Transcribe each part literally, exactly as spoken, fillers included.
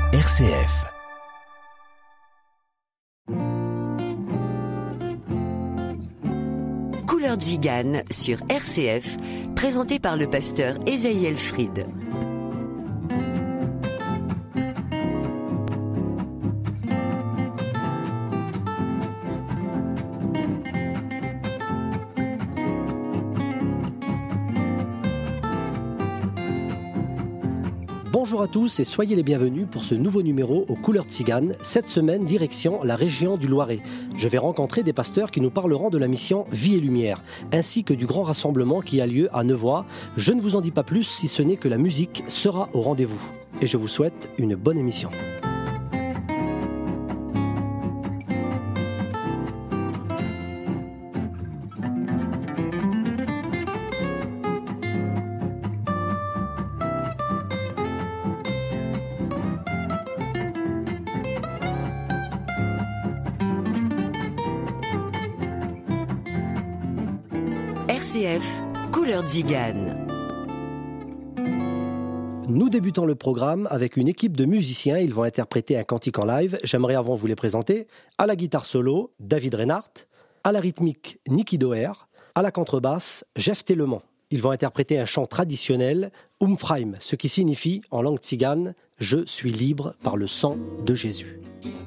R C F. Couleur Tzigane sur R C F, présenté par le pasteur Esaïe Elfried. Bonjour à tous et soyez les bienvenus pour ce nouveau numéro aux Couleurs Tziganes. Cette semaine, direction la région du Loiret. Je vais rencontrer des pasteurs qui nous parleront de la mission Vie et Lumière, ainsi que du grand rassemblement qui a lieu à Nevoy. Je ne vous en dis pas plus si ce n'est que la musique sera au rendez-vous. Et je vous souhaite une bonne émission. R C F, Couleur Tzigane. Nous débutons le programme avec une équipe de musiciens. Ils vont interpréter un cantique en live. J'aimerais avant vous les présenter. À la guitare solo, David Reinhardt. À la rythmique, Niki Doer. À la contrebasse, Jeff Tellemans. Ils vont interpréter un chant traditionnel, Umfraim, ce qui signifie en langue tzigane « Je suis libre par le sang de Jésus ».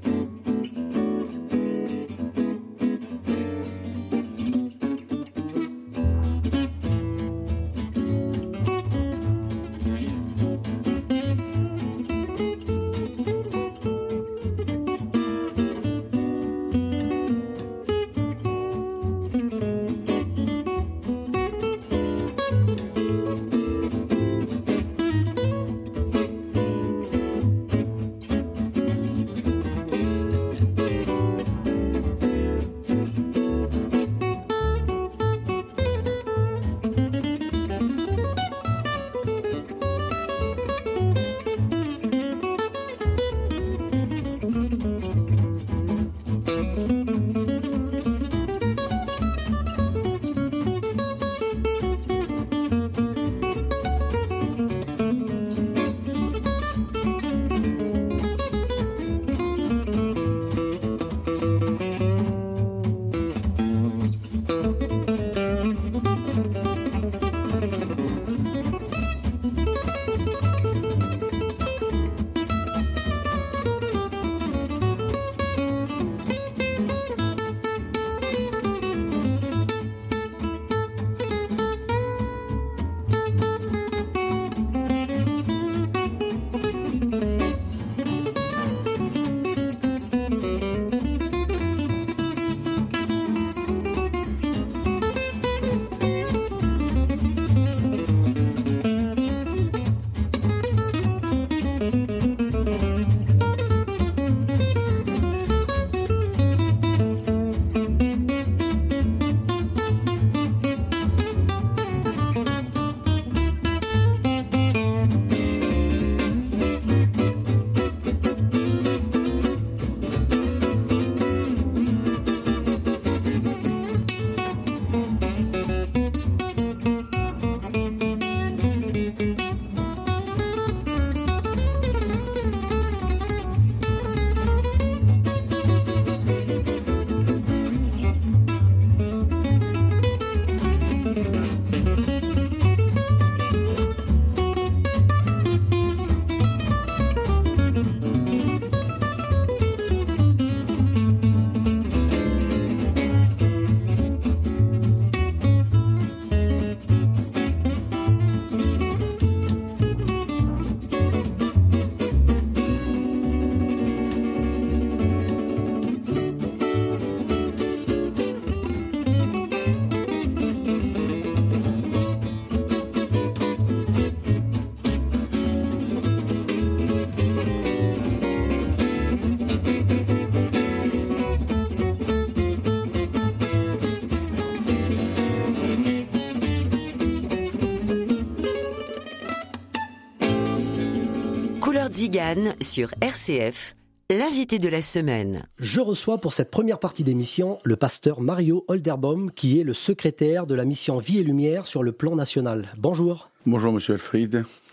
Couleur Tzigane sur R C F, l'invité de la semaine. Je reçois pour cette première partie d'émission le pasteur Mario Holderbaum, qui est le secrétaire de la mission Vie et Lumière sur le plan national. Bonjour. Bonjour Monsieur Elfried.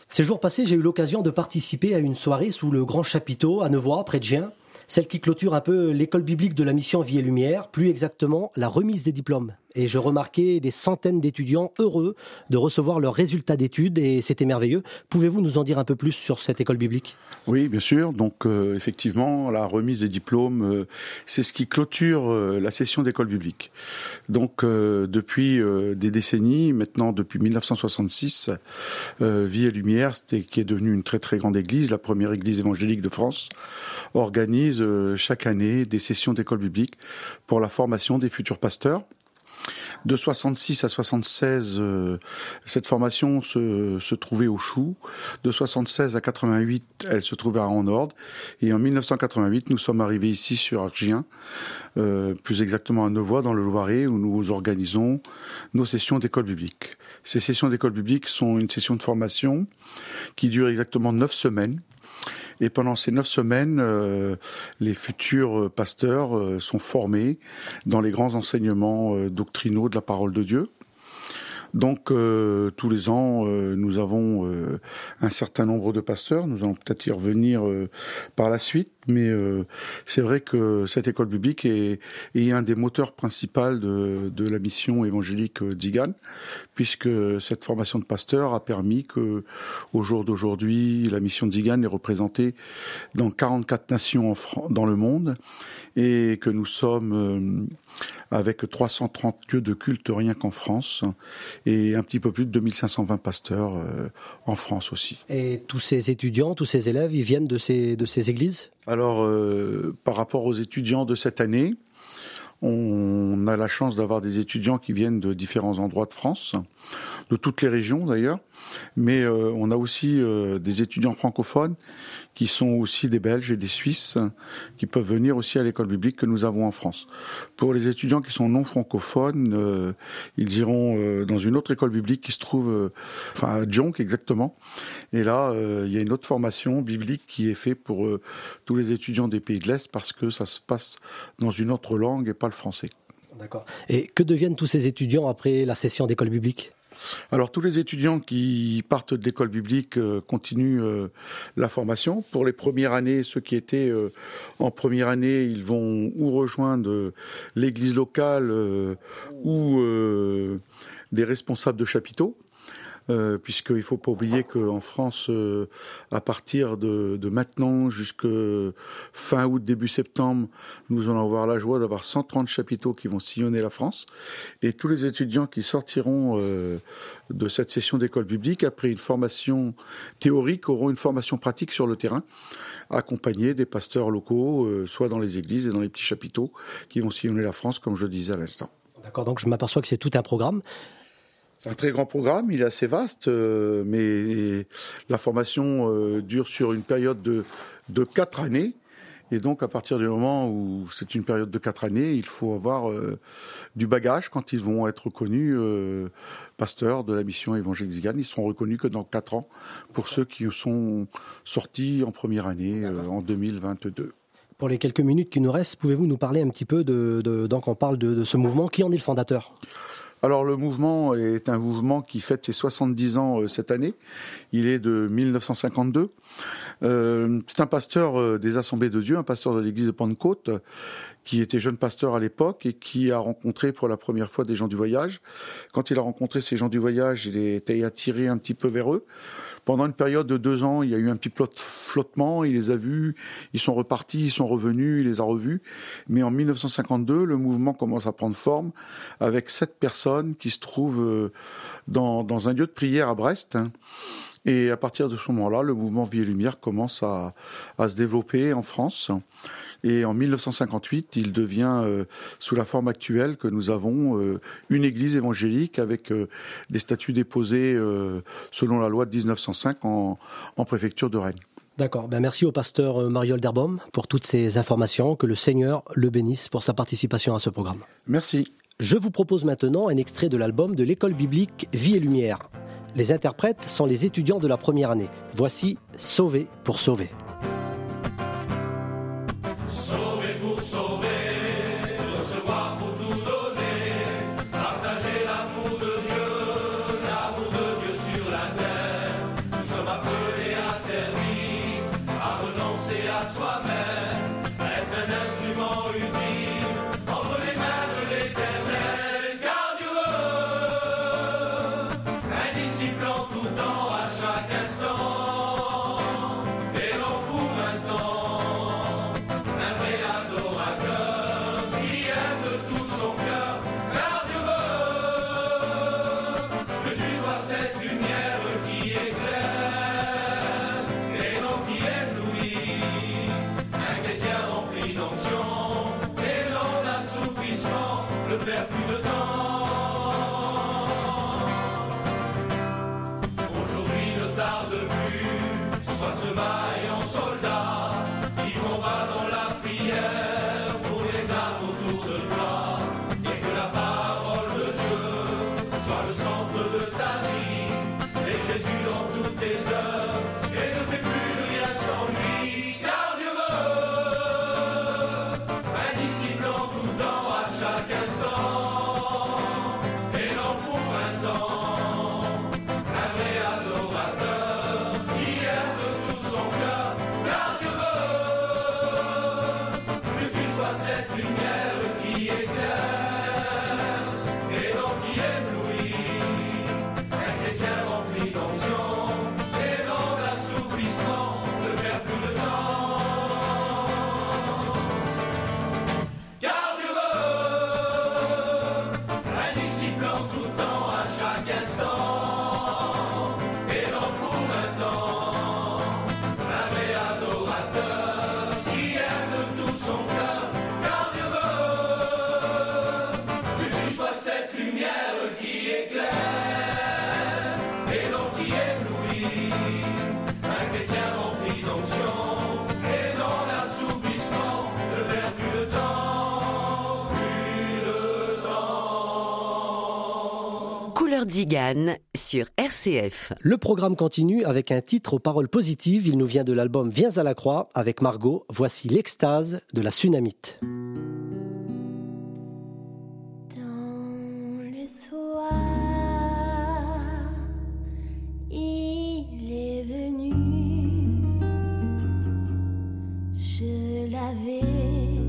Ces jours passés, j'ai eu l'occasion de participer à une soirée sous le Grand Chapiteau à Nevoy, près de Gien. Celle qui clôture un peu l'école biblique de la mission Vie et Lumière, plus exactement la remise des diplômes. Et je remarquais des centaines d'étudiants heureux de recevoir leurs résultats d'études et c'était merveilleux. Pouvez-vous nous en dire un peu plus sur cette école biblique ? Oui, bien sûr. Donc euh, effectivement, la remise des diplômes, euh, c'est ce qui clôture euh, la session d'école biblique. Donc euh, depuis euh, des décennies, maintenant depuis mille neuf cent soixante-six, euh, Vie et Lumière, qui est devenue une très très grande église, la première église évangélique de France, organise euh, chaque année des sessions d'école biblique pour la formation des futurs pasteurs. De soixante-six à soixante-seize, euh, cette formation se, se trouvait au Chou. De soixante-seize à quatre-vingt-huit, elle se trouvait à Ranord. Et en mille neuf cent quatre-vingt-huit, nous sommes arrivés ici sur Argien, euh, plus exactement à Nevoy, dans le Loiret, où nous organisons nos sessions d'école biblique. Ces sessions d'école biblique sont une session de formation qui dure exactement neuf semaines. Et pendant ces neuf semaines, euh, les futurs pasteurs euh, sont formés dans les grands enseignements euh, doctrinaux de la parole de Dieu. Donc, euh, tous les ans, euh, nous avons euh, un certain nombre de pasteurs. Nous allons peut-être y revenir euh, par la suite. Mais euh, c'est vrai que cette école biblique est, est un des moteurs principaux de, de la mission évangélique d'Igan, puisque cette formation de pasteur a permis que, au jour d'aujourd'hui, la mission d'Igan est représentée dans quarante-quatre nations en Fran- dans le monde, et que nous sommes euh, avec trois cent trente lieux de culte rien qu'en France, et un petit peu plus de deux mille cinq cent vingt pasteurs euh, en France aussi. Et tous ces étudiants, tous ces élèves, ils viennent de ces, de ces églises ? Alors, euh, par rapport aux étudiants de cette année, on a la chance d'avoir des étudiants qui viennent de différents endroits de France, de toutes les régions d'ailleurs, mais euh, on a aussi euh, des étudiants francophones qui sont aussi des Belges et des Suisses qui peuvent venir aussi à l'école biblique que nous avons en France. Pour les étudiants qui sont non francophones, euh, ils iront euh, dans une autre école biblique qui se trouve euh, enfin à Djonc exactement. Et là, euh, il y a une autre formation biblique qui est faite pour euh, tous les étudiants des pays de l'Est parce que ça se passe dans une autre langue et pas le français. D'accord. Et que deviennent tous ces étudiants après la session d'école biblique ? Alors tous les étudiants qui partent de l'école biblique euh, continuent euh, la formation. Pour les premières années, ceux qui étaient euh, en première année, ils vont ou rejoindre euh, l'église locale euh, ou euh, des responsables de chapiteaux. Euh, puisqu'il ne faut pas oublier qu'en France, euh, à partir de, de maintenant jusque fin août, début septembre, nous allons avoir la joie d'avoir cent trente chapiteaux qui vont sillonner la France. Et tous les étudiants qui sortiront euh, de cette session d'école biblique, après une formation théorique, auront une formation pratique sur le terrain, accompagnés des pasteurs locaux, euh, soit dans les églises et dans les petits chapiteaux, qui vont sillonner la France, comme je le disais à l'instant. D'accord, donc je m'aperçois que c'est tout un programme. C'est un très grand programme, il est assez vaste, euh, mais la formation euh, dure sur une période de, de quatre années. Et donc, à partir du moment où c'est une période de quatre années, il faut avoir euh, du bagage quand ils vont être reconnus euh, pasteurs de la mission évangélique d'Igan. Ils seront reconnus que dans quatre ans pour ceux qui sont sortis en première année, euh, en deux mille vingt-deux. Pour les quelques minutes qui nous restent, pouvez-vous nous parler un petit peu de, de donc on parle de, de ce mouvement, qui en est le fondateur ? Alors le mouvement est un mouvement qui fête ses soixante-dix ans euh, cette année. Il est de mille neuf cent cinquante-deux. Euh, c'est un pasteur euh, des Assemblées de Dieu, un pasteur de l'église de Pentecôte, euh, qui était jeune pasteur à l'époque et qui a rencontré pour la première fois des gens du voyage. Quand il a rencontré ces gens du voyage, il a été attiré un petit peu vers eux. Pendant une période de deux ans, il y a eu un petit flottement, il les a vus, ils sont repartis, ils sont revenus, il les a revus. Mais en mille neuf cent cinquante-deux, le mouvement commence à prendre forme avec sept personnes qui se trouvent dans, dans un lieu de prière à Brest. Hein. Et à partir de ce moment-là, le mouvement Vie et Lumière commence à, à se développer en France. Et en mille neuf cent cinquante-huit, il devient, euh, sous la forme actuelle que nous avons, euh, une église évangélique avec euh, des statuts déposés euh, selon la loi de dix-neuf cent cinq en, en préfecture de Rennes. D'accord. Ben merci au pasteur Mariol Derbaum pour toutes ces informations. Que le Seigneur le bénisse pour sa participation à ce programme. Merci. Je vous propose maintenant un extrait de l'album de l'école biblique Vie et Lumière. Les interprètes sont les étudiants de la première année. Voici « Sauver pour sauver ». Partager l'amour de Dieu, l'amour de Dieu sur la terre. Nous sommes penser à soi-même, être un instrument utile entre les mains de l'Éternel. Car Dieu veut un disciple en tout temps, à chaque instant, et non pour un temps, un vrai adorateur qui aime de tout son cœur. Car Dieu veut que tu sois cette lumière qui éclaire et non qui éblouit, un chrétien rempli d'onction et non d'assouplissement, ne perds plus de temps. Aujourd'hui ne tarde plus, sois ce vaillant soldat qui combat dans la prière pour les âmes autour de toi, et que la parole de Dieu soit le centre de ta vie, et Jésus dans toutes tes œuvres, et ne fais plus rien sans lui. Car Dieu veut un disciple en tout temps, à chaque instant, et non pour un temps, un vrai adorateur qui aime de tout son cœur. Car Dieu veut que tu sois cette lumière qui éclaire et non qui éblouit, un chrétien rempli d'onction et non d'assouplissement, ne perds plus de temps. Car Dieu veut un disciple en tout temps, à chaque instant, et non pour un temps, un vrai adorateur qui aime de tout son cœur. Car Dieu veut que tu sois cette lumière qui éclaire et non qui éblouit, un chrétien rempli d'onction et non d'assouplissement, ne perds plus de temps, plus de temps. Couleur Zigane sur R C F. Le programme continue avec un titre aux paroles positives. Il nous vient de l'album Viens à la croix avec Margot. Voici l'extase de la Sunamite. Dans le soir, il est venu. Je l'avais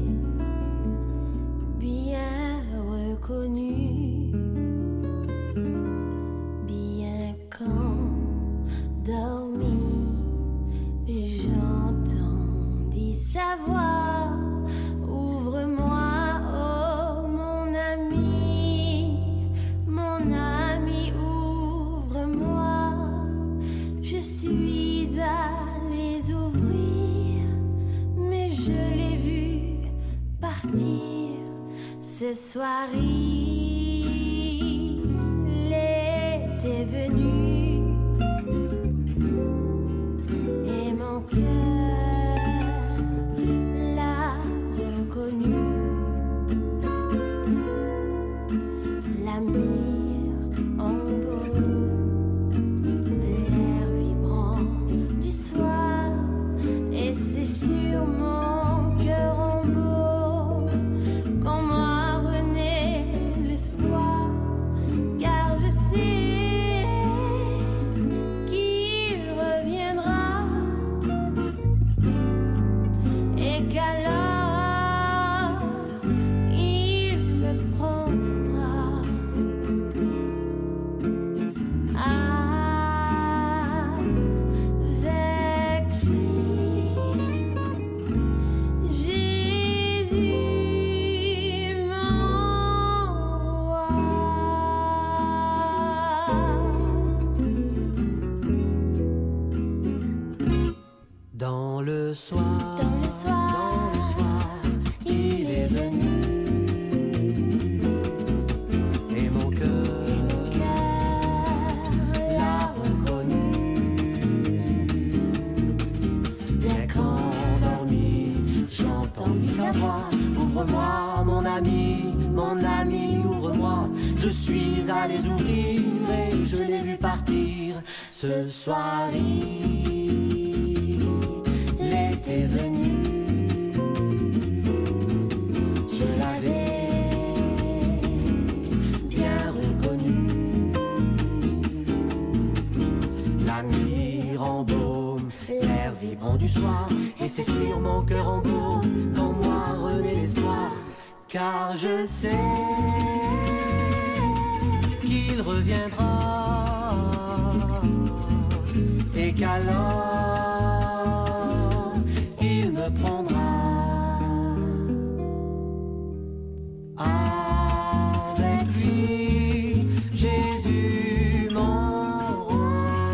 bien reconnu, bien qu'endormi, j'entendis sa voix. Ouvre-moi, oh mon ami, mon ami, ouvre-moi. Je suis allée ouvrir, mais je l'ai vu partir. Ce soir il était venu, et mon cœur l'a reconnu. La mire en beau, l'air vibrant du soir, et c'est sur mon cœur en beau qu'en moi renaît l'espoir. Car je sais qu'il reviendra, et qu'alors il me prendra avec lui. Jésus, mon roi. Dans le soir, Dans le soir, dans le soir, il est venu, et mon cœur l'a reconnu. Bien qu'endormi, j'entendis sa voix. Ouvre-moi, mon ami, mon ami, ouvre-moi. Je suis allé ouvrir et je l'ai vu partir. Ce soir, il était venu. Je l'avais bien reconnu. La mire en baume, l'air vibrant du soir. Et c'est sur mon cœur en beau, qu'en moi renaît l'espoir. Car je sais qu'il reviendra et qu'alors il me prendra. Avec lui, Jésus mon roi.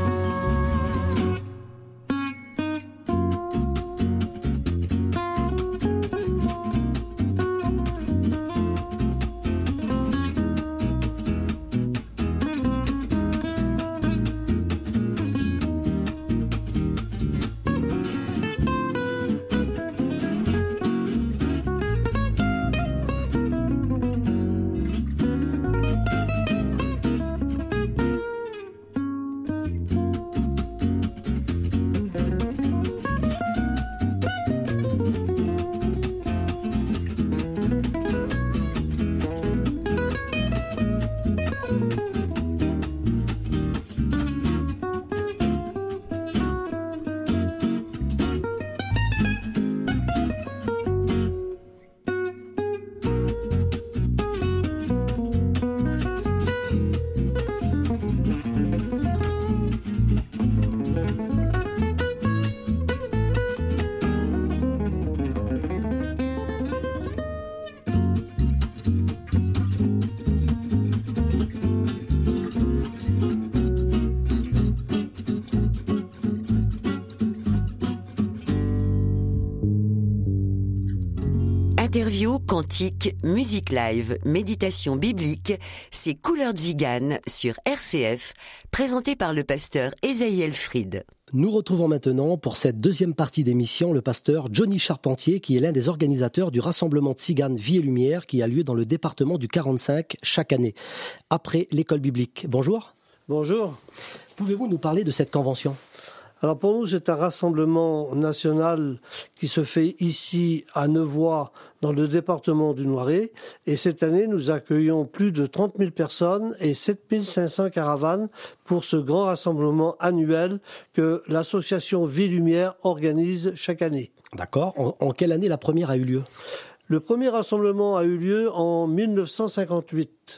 Interview, cantique, musique live, méditation biblique, c'est Couleur Tzigane sur R C F, présenté par le pasteur Esaïel Fried. Nous retrouvons maintenant pour cette deuxième partie d'émission le pasteur Johnny Charpentier qui est l'un des organisateurs du rassemblement Tzigane Vie et Lumière qui a lieu dans le département du quarante-cinq chaque année, après l'école biblique. Bonjour. Bonjour. Pouvez-vous nous parler de cette convention ? Alors pour nous, c'est un rassemblement national qui se fait ici à Nevoy, dans le département du Loiret. Et cette année, nous accueillons plus de trente mille personnes et sept mille cinq cents caravanes pour ce grand rassemblement annuel que l'association Vie Lumière organise chaque année. D'accord. En, en quelle année la première a eu lieu ? Le premier rassemblement a eu lieu en mille neuf cent cinquante-huit.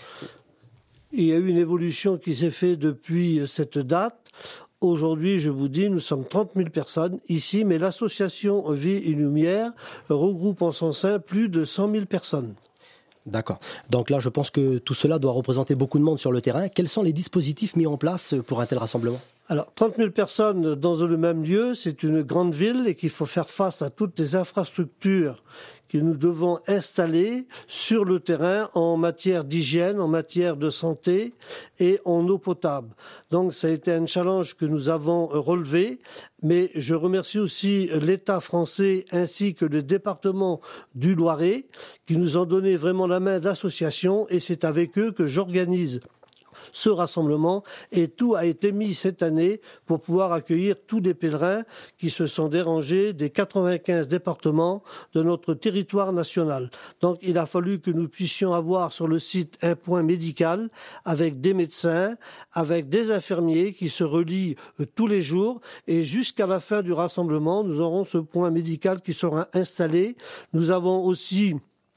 Il y a eu une évolution qui s'est faite depuis cette date. Aujourd'hui, je vous dis, nous sommes trente mille personnes ici, mais l'association Vie et Lumière regroupe en son sein plus de cent mille personnes. D'accord. Donc là, je pense que tout cela doit représenter beaucoup de monde sur le terrain. Quels sont les dispositifs mis en place pour un tel rassemblement ? Alors, trente mille personnes dans le même lieu, c'est une grande ville et qu'il faut faire face à toutes les infrastructures que nous devons installer sur le terrain en matière d'hygiène, en matière de santé et en eau potable. Donc ça a été un challenge que nous avons relevé, mais je remercie aussi l'État français ainsi que le département du Loiret qui nous ont donné vraiment la main d'association et c'est avec eux que j'organise ce rassemblement et tout a été mis cette année pour pouvoir accueillir tous les pèlerins qui se sont dérangés des quatre-vingt-quinze départements de notre territoire national. Donc il a fallu que nous puissions avoir sur le site un point médical avec des médecins, avec des infirmiers qui se relient tous les jours et jusqu'à la fin du rassemblement, nous aurons ce point médical qui sera installé. Nous avons aussi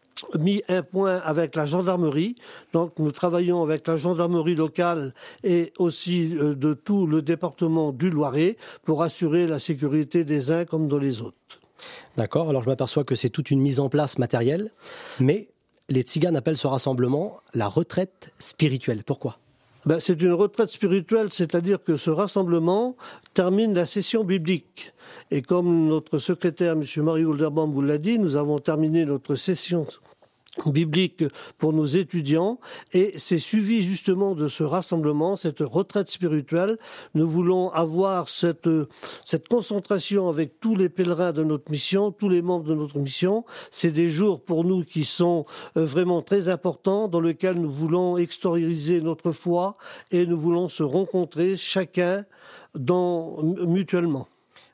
mis un point avec la gendarmerie. Donc nous travaillons avec la gendarmerie locale et aussi de tout le département du Loiret pour assurer la sécurité des uns comme des autres. D'accord, alors je m'aperçois que c'est toute une mise en place matérielle, mais les Tziganes appellent ce rassemblement la retraite spirituelle. Pourquoi ? Ben, c'est une retraite spirituelle, c'est-à-dire que ce rassemblement termine la session biblique. Et comme notre secrétaire, M. Mario Olderbaum, vous l'a dit, nous avons terminé notre session biblique pour nos étudiants et c'est suivi justement de ce rassemblement, cette retraite spirituelle. Nous voulons avoir cette, cette concentration avec tous les pèlerins de notre mission, tous les membres de notre mission. C'est des jours pour nous qui sont vraiment très importants dans lesquels nous voulons extérioriser notre foi et nous voulons se rencontrer chacun dans, mutuellement.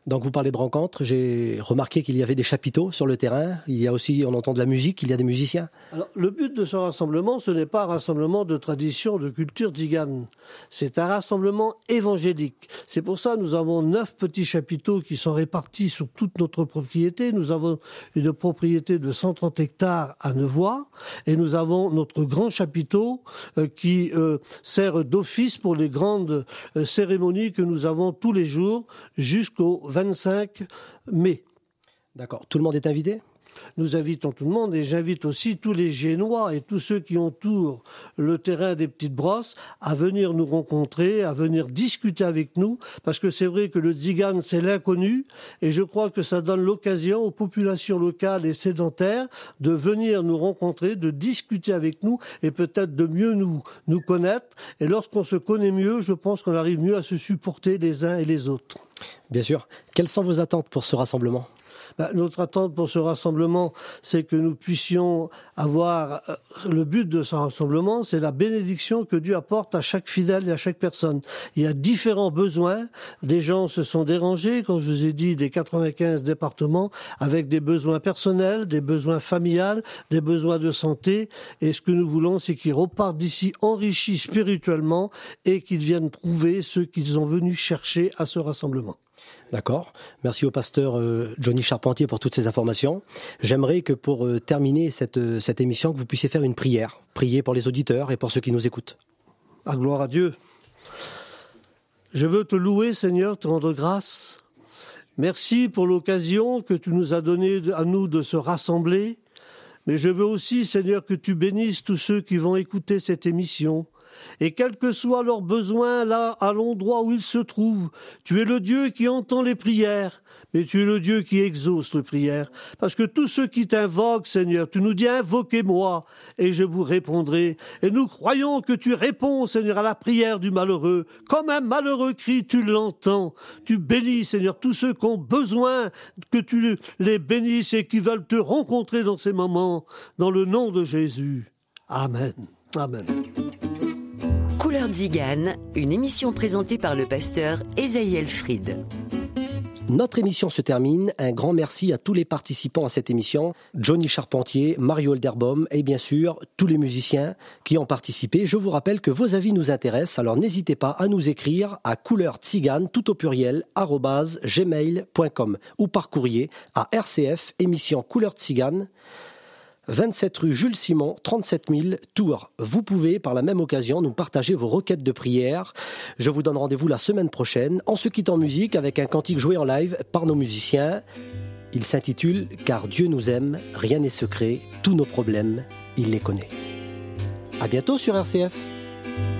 Donc vous parlez de rencontres, j'ai remarqué qu'il y avait des chapiteaux sur le terrain, il y a aussi, on entend de la musique, il y a des musiciens. Alors, le but de ce rassemblement, ce n'est pas un rassemblement de tradition, de culture tzigane. C'est un rassemblement évangélique. C'est pour ça que nous avons neuf petits chapiteaux qui sont répartis sur toute notre propriété. Nous avons une propriété de cent trente hectares à Nevoy et nous avons notre grand chapiteau euh, qui euh, sert d'office pour les grandes euh, cérémonies que nous avons tous les jours jusqu'au vingt-cinq mai. D'accord. Tout le monde est invité ? Nous invitons tout le monde et j'invite aussi tous les Génois et tous ceux qui entourent le terrain des Petites Brosses à venir nous rencontrer, à venir discuter avec nous, parce que c'est vrai que le tzigane, c'est l'inconnu et je crois que ça donne l'occasion aux populations locales et sédentaires de venir nous rencontrer, de discuter avec nous et peut-être de mieux nous, nous connaître. Et lorsqu'on se connaît mieux, je pense qu'on arrive mieux à se supporter les uns et les autres. Bien sûr. Quelles sont vos attentes pour ce rassemblement ? Ben, notre attente pour ce rassemblement, c'est que nous puissions avoir euh, le but de ce rassemblement, c'est la bénédiction que Dieu apporte à chaque fidèle et à chaque personne. Il y a différents besoins. Des gens se sont dérangés, comme je vous ai dit, des quatre-vingt-quinze départements, avec des besoins personnels, des besoins familiales, des besoins de santé. Et ce que nous voulons, c'est qu'ils repartent d'ici enrichis spirituellement et qu'ils viennent trouver ce qu'ils sont venus chercher à ce rassemblement. D'accord. Merci au pasteur euh, Johnny Charpentier pour toutes ces informations. J'aimerais que pour euh, terminer cette, euh, cette émission, que vous puissiez faire une prière. Prier pour les auditeurs et pour ceux qui nous écoutent. À gloire à Dieu. Je veux te louer, Seigneur, te rendre grâce. Merci pour l'occasion que tu nous as donnée à nous de se rassembler. Mais je veux aussi, Seigneur, que tu bénisses tous ceux qui vont écouter cette émission. Et quels que soient leurs besoins là, à l'endroit où ils se trouvent, tu es le Dieu qui entend les prières, mais tu es le Dieu qui exauce les prières. Parce que tous ceux qui t'invoquent, Seigneur, tu nous dis invoquez-moi et je vous répondrai. Et nous croyons que tu réponds, Seigneur, à la prière du malheureux. Comme un malheureux crie, tu l'entends. Tu bénis, Seigneur, tous ceux qui ont besoin que tu les bénisses et qui veulent te rencontrer dans ces moments. Dans le nom de Jésus. Amen. Amen. Couleur Tzigane, une émission présentée par le pasteur Esaïe Elfried. Notre émission se termine. Un grand merci à tous les participants à cette émission. Johnny Charpentier, Mario Elderbaum et bien sûr tous les musiciens qui ont participé. Je vous rappelle que vos avis nous intéressent, alors n'hésitez pas à nous écrire à couleurtzigane, tout au pluriel, arobase gmail point com ou par courrier à R C F, émission Couleur Tzigane, vingt-sept rue Jules Simon, trente-sept mille, Tours. Vous pouvez, par la même occasion, nous partager vos requêtes de prière. Je vous donne rendez-vous la semaine prochaine, en se quittant en musique avec un cantique joué en live par nos musiciens. Il s'intitule « Car Dieu nous aime, rien n'est secret, tous nos problèmes, il les connaît ». À bientôt sur R C F.